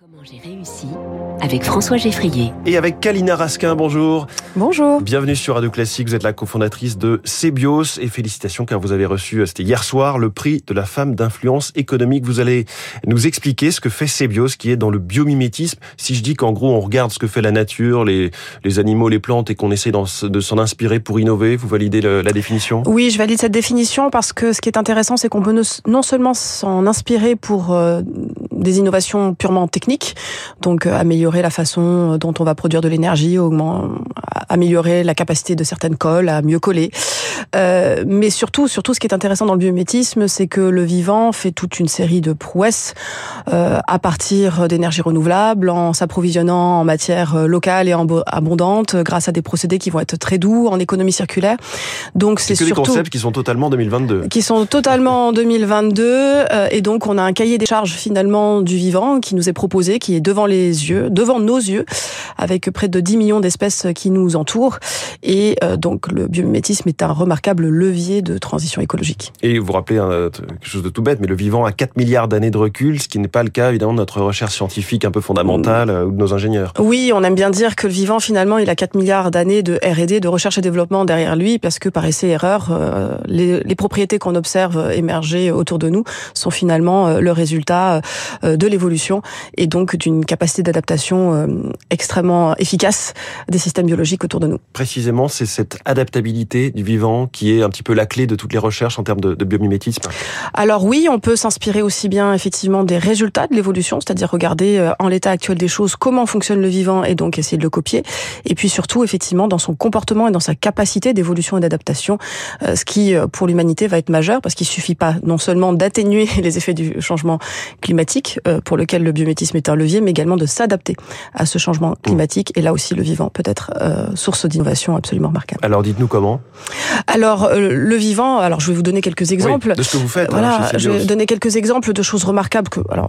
Comment j'ai réussi avec François Geffrier. Et avec Kalina Raskin, bonjour. Bonjour. Bienvenue sur Radio Classique, vous êtes la cofondatrice de Cebios et félicitations car vous avez reçu, c'était hier soir, le prix de la femme d'influence économique. Vous allez nous expliquer ce que fait Cebios qui est dans le biomimétisme. Si je dis qu'en gros on regarde ce que fait la nature, les animaux, les plantes et qu'on essaie de s'en inspirer pour innover, vous validez la définition ? Oui, je valide cette définition parce que ce qui est intéressant c'est qu'on peut non seulement s'en inspirer pour des innovations purement techniques, donc améliorer la façon dont on va produire de l'énergie, améliorer la capacité de certaines colles à mieux coller. Mais surtout, ce qui est intéressant dans le biomimétisme, c'est que le vivant fait toute une série de prouesses à partir d'énergies renouvelables, en s'approvisionnant en matière locale et abondante, grâce à des procédés qui vont être très doux, en économie circulaire. Donc c'est surtout des concepts qui sont totalement en 2022. Qui sont totalement en 2022, et donc on a un cahier des charges finalement du vivant qui nous est proposé, qui est devant nos yeux, avec près de 10 millions d'espèces qui nous entourent. Et donc le biomimétisme est un remarquable levier de transition écologique. Et vous rappelez quelque chose de tout bête, mais le vivant a 4 milliards d'années de recul, ce qui n'est pas le cas évidemment de notre recherche scientifique un peu fondamentale ou de nos ingénieurs. Oui, on aime bien dire que le vivant finalement il a 4 milliards d'années de R&D, de recherche et développement derrière lui, parce que par essai-erreur, les propriétés qu'on observe émerger autour de nous sont finalement le résultat de l'évolution et donc d'une capacité d'adaptation extrêmement efficace des systèmes biologiques autour de nous. Précisément, c'est cette adaptabilité du vivant qui est un petit peu la clé de toutes les recherches en termes de biomimétisme. Alors oui, on peut s'inspirer aussi bien effectivement des résultats de l'évolution, c'est-à-dire regarder en l'état actuel des choses comment fonctionne le vivant et donc essayer de le copier. Et puis surtout effectivement dans son comportement et dans sa capacité d'évolution et d'adaptation, ce qui pour l'humanité va être majeur parce qu'il suffit pas non seulement d'atténuer les effets du changement climatique pour lequel le biomimétisme est un levier, mais également de s'adapter à ce changement climatique. Et là aussi, le vivant peut être source d'innovation absolument remarquable. Alors, dites-nous comment ? Alors, le vivant, je vais vous donner quelques exemples. Oui, de ce que vous faites. Voilà, je vais donner quelques exemples de choses remarquables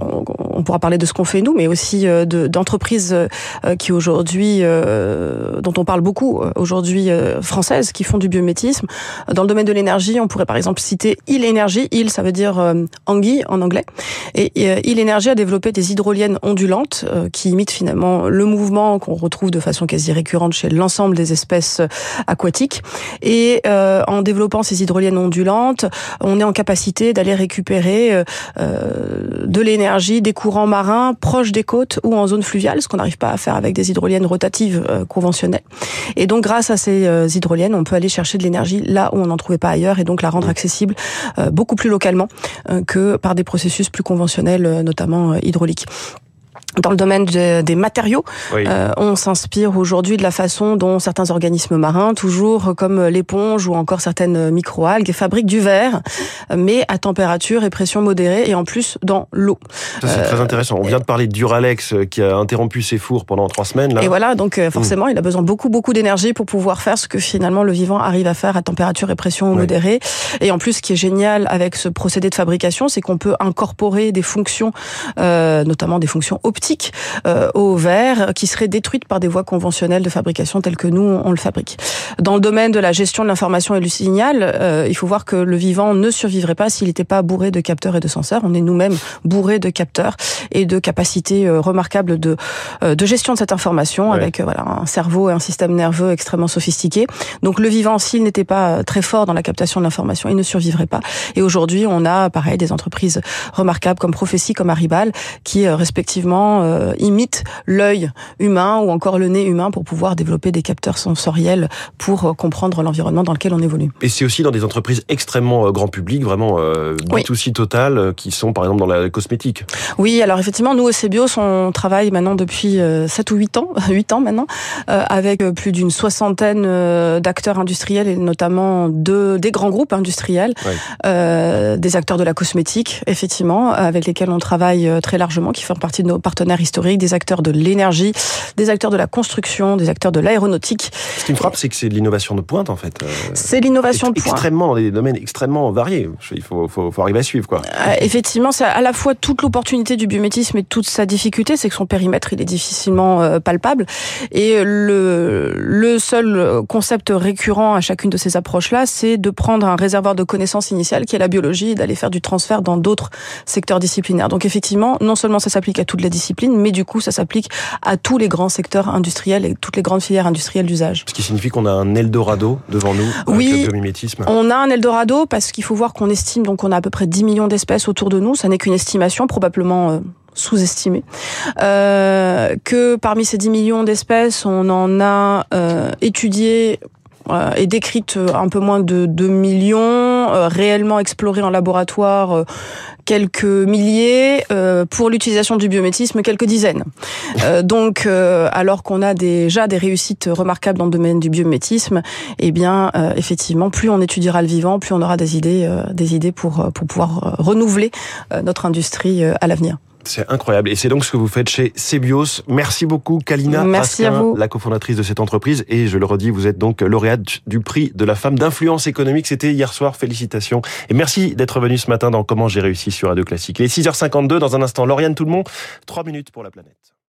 on pourra parler de ce qu'on fait nous, mais aussi d'entreprises qui aujourd'hui, dont on parle beaucoup aujourd'hui, françaises, qui font du biomimétisme. Dans le domaine de l'énergie, on pourrait par exemple citer Hill Energy. Hill, ça veut dire anguille en anglais. Et Hill Energy a développé des hydroliennes ondulantes qui imitent finalement le mouvement qu'on retrouve de façon quasi récurrente chez l'ensemble des espèces aquatiques. Et en développant ces hydroliennes ondulantes, on est en capacité d'aller récupérer de l'énergie des courants marins proches des côtes ou en zone fluviale, ce qu'on n'arrive pas à faire avec des hydroliennes rotatives conventionnelles. Et donc grâce à ces hydroliennes, on peut aller chercher de l'énergie là où on n'en trouvait pas ailleurs et donc la rendre accessible beaucoup plus localement que par des processus plus conventionnels, notamment hydrauliques. Dans le domaine des matériaux, oui. On s'inspire aujourd'hui de la façon dont certains organismes marins, toujours comme l'éponge ou encore certaines microalgues, fabriquent du verre, mais à température et pression modérée et en plus dans l'eau. Ça, c'est très intéressant. On vient de parler de Duralex qui a interrompu ses fours pendant 3 semaines. Là. Et voilà, donc forcément, il a besoin beaucoup d'énergie pour pouvoir faire ce que finalement le vivant arrive à faire à température et pression modérée. Et en plus, ce qui est génial avec ce procédé de fabrication, c'est qu'on peut incorporer des fonctions, notamment des fonctions optiques, au verre qui seraient détruites par des voies conventionnelles de fabrication telles que nous on le fabrique. Dans le domaine de la gestion de l'information et du signal, il faut voir que le vivant ne survivrait pas s'il n'était pas bourré de capteurs et de senseurs. On est nous-mêmes bourrés de capteurs et de capacités remarquables de gestion de cette information avec un cerveau et un système nerveux extrêmement sophistiqués. Donc le vivant, s'il n'était pas très fort dans la captation de l'information, il ne survivrait pas. Et aujourd'hui, on a pareil des entreprises remarquables comme Prophétie, comme Aribal, qui respectivement imitent l'œil humain ou encore le nez humain pour pouvoir développer des capteurs sensoriels pour comprendre l'environnement dans lequel on évolue. Et c'est aussi dans des entreprises extrêmement grand public, vraiment B2C total, qui sont par exemple dans la cosmétique. Oui, alors effectivement, nous au Cebios, on travaille maintenant depuis 7 ou 8 ans maintenant, avec plus d'une 60aine d'acteurs industriels et notamment des grands groupes industriels, des acteurs de la cosmétique, effectivement, avec lesquels on travaille très largement, qui font partie de nos partenaires historiques, des acteurs de l'énergie, des acteurs de la construction, des acteurs de l'aéronautique. Ce qui me frappe, c'est que c'est de l'innovation de pointe, en fait. C'est l'innovation de pointe. Extrêmement, dans des domaines extrêmement variés. Il faut arriver à suivre, quoi. Effectivement, c'est à la fois toute l'opportunité du biomimétisme et toute sa difficulté, c'est que son périmètre, il est difficilement palpable. Et le seul concept récurrent à chacune de ces approches-là, c'est de prendre un réservoir de connaissances initiales, qui est la biologie, et d'aller faire du transfert dans d'autres secteurs disciplinaires. Donc effectivement, non seulement ça s'applique à toutes les disciplines, disciplines, mais du coup, ça s'applique à tous les grands secteurs industriels et toutes les grandes filières industrielles d'usage. Ce qui signifie qu'on a un Eldorado devant nous, avec le biomimétisme. On a un Eldorado parce qu'il faut voir qu'on estime, donc on a à peu près 10 millions d'espèces autour de nous. Ça n'est qu'une estimation, probablement sous-estimée. Que parmi ces 10 millions d'espèces, on en a étudié et décrite un peu moins de 2 millions, réellement explorées en laboratoire quelques milliers, pour l'utilisation du biomimétisme quelques dizaines. Donc, alors qu'on a déjà des réussites remarquables dans le domaine du biomimétisme, eh bien, effectivement, plus on étudiera le vivant, plus on aura des idées pour pouvoir renouveler notre industrie à l'avenir. C'est incroyable. Et c'est donc ce que vous faites chez Cebios. Merci beaucoup, Kalina Raskin, la cofondatrice de cette entreprise. Et je le redis, vous êtes donc lauréate du prix de la femme d'influence économique. C'était hier soir. Félicitations. Et merci d'être venu ce matin dans Comment j'ai réussi sur Radio Classique. Il est 6h52. Dans un instant, Lauriane Tout-le-Monde. 3 minutes pour la planète.